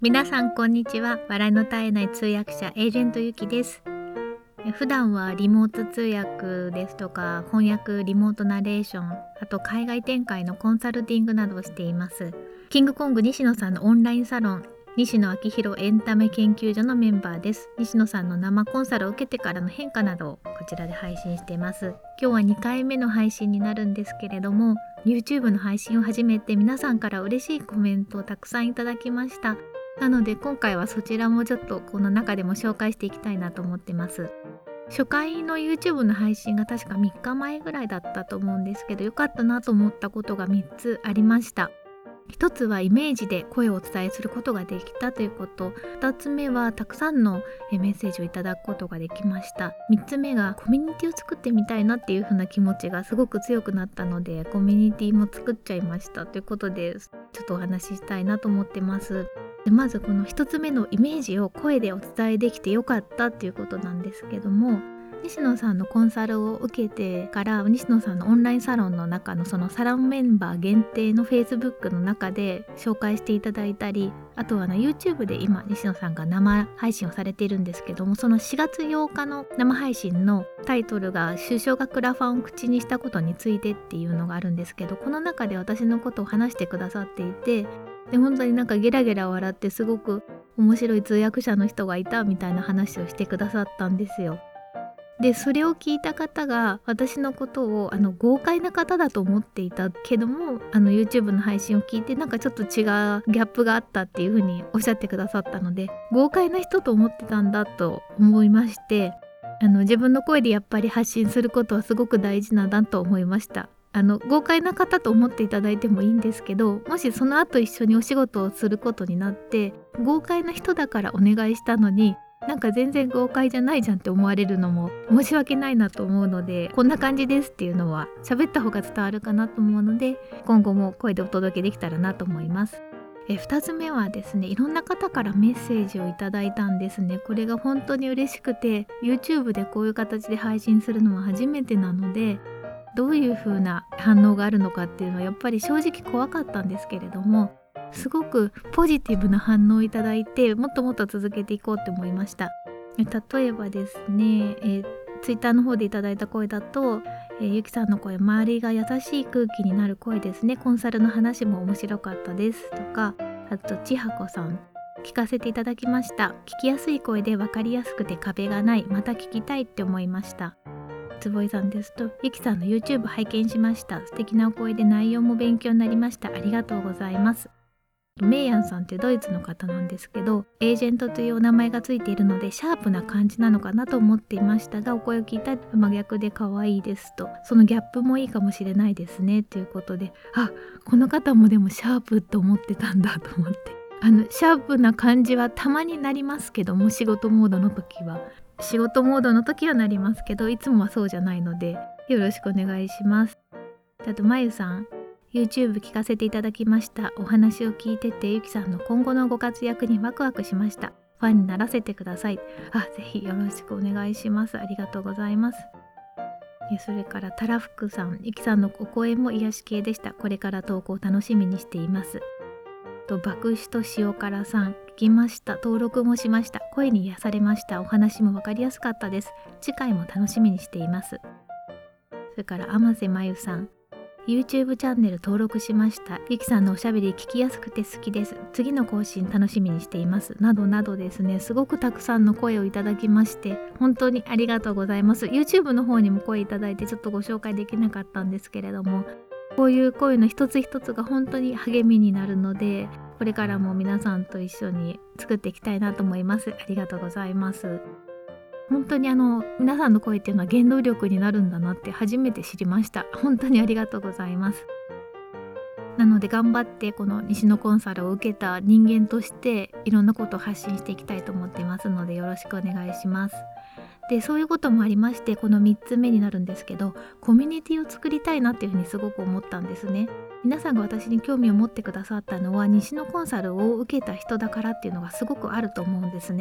皆さんこんにちは。笑いの絶えない通訳者エージェントゆきです。普段はリモート通訳ですとか翻訳、リモートナレーション、あと海外展開のコンサルティングなどをしています。キングコング西野さんのオンラインサロン、西野昭弘エンタメ研究所のメンバーです。西野さんの生コンサルを受けてからの変化などをこちらで配信しています。今日は2回目の配信になるんですけれども、 YouTube の配信を始めて皆さんから嬉しいコメントをたくさんいただきました。なので今回はそちらもちょっとこの中でも紹介していきたいなと思ってます。初回の YouTube の配信が確か3日前ぐらいだったと思うんですけど、良かったなと思ったことが3つありました。一つはイメージで声をお伝えすることができたということ、2つ目はたくさんのメッセージをいただくことができました。3つ目がコミュニティを作ってみたいなっていう風な気持ちがすごく強くなったので、コミュニティも作っちゃいましたということで、ちょっとお話ししたいなと思ってます。でまずこの1つ目のイメージを声でお伝えできてよかったっていうことなんですけども、西野さんのコンサルを受けてから西野さんのオンラインサロンの中のそのサロンメンバー限定の Facebook の中で紹介していただいたり、あとはYouTube で今西野さんが生配信をされているんですけども、その4月8日の生配信のタイトルが首相がクラファンを口にしたことについてっていうのがあるんですけど、この中で私のことを話してくださっていて、で本当になんかゲラゲラ笑ってすごく面白い通訳者の人がいたみたいな話をしてくださったんですよ。でそれを聞いた方が私のことを豪快な方だと思っていたけども、YouTube の配信を聞いてなんかちょっと違うギャップがあったっていう風におっしゃってくださったので、豪快な人と思ってたんだと思いまして、自分の声でやっぱり発信することはすごく大事なんだと思いました。豪快な方と思っていただいてもいいんですけど、もしその後一緒にお仕事をすることになって豪快な人だからお願いしたのになんか全然豪快じゃないじゃんって思われるのも申し訳ないなと思うので、こんな感じですっていうのは喋った方が伝わるかなと思うので、今後も声でお届けできたらなと思います。2つ目はですね、いろんな方からメッセージをいただいたんですね。これが本当に嬉しくて、 YouTube でこういう形で配信するのは初めてなので、どういう風な反応があるのかっていうのはやっぱり正直怖かったんですけれども、すごくポジティブな反応をいただいて、もっともっと続けていこうと思いました。例えばですね、Twitter の方でいただいた声だと、ゆきさんの声、周りが優しい空気になる声ですね、コンサルの話も面白かったですとか、あとちはこさん、聞かせていただきました。聞きやすい声で分かりやすくて壁がない、また聞きたいって思いました。坪井さんですと、ゆきさんの YouTube 拝見しました。素敵なお声で内容も勉強になりました。ありがとうございます。メイヤンさんってドイツの方なんですけど、エージェントというお名前がついているのでシャープな感じなのかなと思っていましたが、お声を聞いたら真逆で可愛いですと、そのギャップもいいかもしれないですねということで、この方もでもシャープと思ってたんだと思って、シャープな感じはたまになりますけども、仕事モードの時はなりますけど、いつもはそうじゃないのでよろしくお願いします。あとまゆさん、 YouTube 聞かせていただきました。お話を聞いててゆきさんの今後のご活躍にワクワクしました。ファンにならせてください。ぜひよろしくお願いします。ありがとうございます。それからたらふくさん、ゆきさんのお声も癒し系でした。これから投稿楽しみにしています。爆死と塩辛さん、聞きました。登録もしました。声に癒されました。お話も分かりやすかったです。次回も楽しみにしています。それから天瀬まゆさん、 YouTube チャンネル登録しました。ゆきさんのおしゃべり聞きやすくて好きです。次の更新楽しみにしています。などなどですね、すごくたくさんの声をいただきまして本当にありがとうございます。 YouTube の方にも声いただいてちょっとご紹介できなかったんですけれども、こういう声の一つ一つが本当に励みになるので、これからも皆さんと一緒に作っていきたいなと思います。ありがとうございます。本当に皆さんの声っていうのは原動力になるんだなって初めて知りました。本当にありがとうございます。なので頑張ってこの西野コンサルを受けた人間としていろんなことを発信していきたいと思っていますのでよろしくお願いします。でそういうこともありまして、この3つ目になるんですけど、コミュニティを作りたいなっていうふうにすごく思ったんですね。皆さんが私に興味を持ってくださったのは西野コンサルを受けた人だからっていうのがすごくあると思うんですね。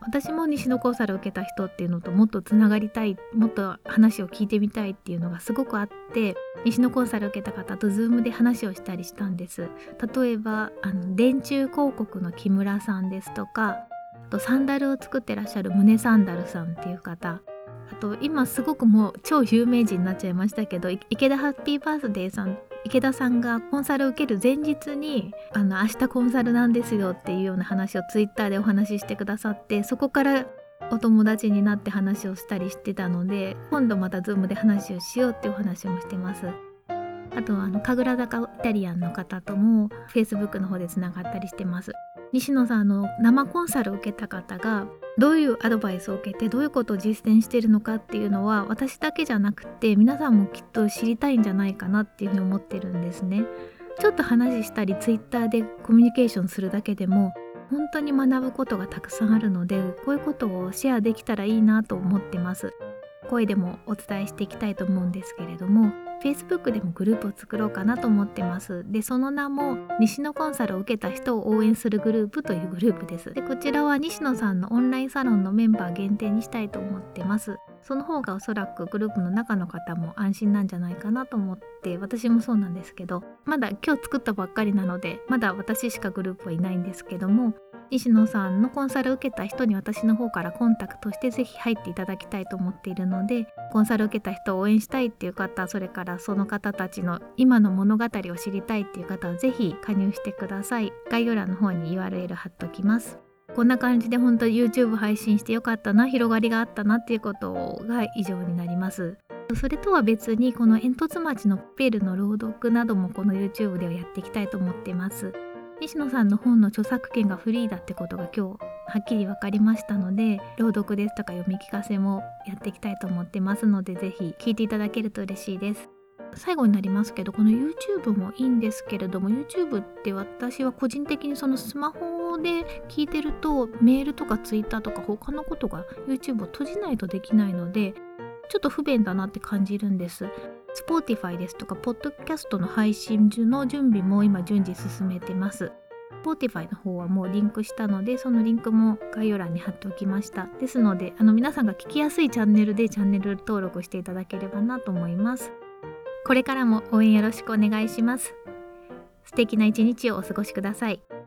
私も西野コンサルを受けた人っていうのともっとつながりたい、もっと話を聞いてみたいっていうのがすごくあって、西野コンサルを受けた方と Zoom で話をしたりしたんです。例えば電柱広告の木村さんですとか、あとサンダルを作ってらっしゃる胸サンダルさんっていう方、あと今すごくもう超有名人になっちゃいましたけど、池田ハッピーバースデーさん、池田さんがコンサルを受ける前日に明日コンサルなんですよっていうような話をツイッターでお話ししてくださって、そこからお友達になって話をしたりしてたので、今度また Zoom で話をしようっていうお話もしてます。あと神楽坂イタリアンの方とも Facebook の方でつながったりしてます。西野さん生コンサルを受けた方がどういうアドバイスを受けてどういうことを実践しているのかっていうのは、私だけじゃなくて皆さんもきっと知りたいんじゃないかなっていうふうに思ってるんですね。ちょっと話したりツイッターでコミュニケーションするだけでも本当に学ぶことがたくさんあるので、こういうことをシェアできたらいいなと思ってます。声でもお伝えしていきたいと思うんですけれども、 Facebook でもグループを作ろうかなと思ってます。でその名も西野コンサルを受けた人を応援するグループというグループです。でこちらは西野さんのオンラインサロンのメンバー限定にしたいと思ってます。その方がおそらくグループの中の方も安心なんじゃないかなと思って、私もそうなんですけど、まだ今日作ったばっかりなのでまだ私しかグループはいないんですけども、西野さんのコンサルを受けた人に私の方からコンタクトしてぜひ入っていただきたいと思っているので、コンサルを受けた人を応援したいっていう方、それからその方たちの今の物語を知りたいっていう方はぜひ加入してください。概要欄の方に URL 貼っときます。こんな感じで本当に YouTube 配信してよかったな、広がりがあったなっていうことが以上になります。それとは別にこの煙突町のペルの朗読などもこの YouTube ではやっていきたいと思っています。西野さんの本の著作権がフリーだってことが今日はっきり分かりましたので、朗読ですとか読み聞かせもやっていきたいと思ってますので、ぜひ聞いていただけると嬉しいです。最後になりますけど、この YouTube もいいんですけれども、 YouTube って私は個人的にそのスマホで聞いてるとメールとか Twitter とか他のことが YouTube を閉じないとできないのでちょっと不便だなって感じるんです。Spotify ですとかポッドキャストの配信の準備も今順次進めてます。Spotify の方はもうリンクしたので、そのリンクも概要欄に貼っておきました。ですので皆さんが聞きやすいチャンネルでチャンネル登録していただければなと思います。これからも応援よろしくお願いします。素敵な一日をお過ごしください。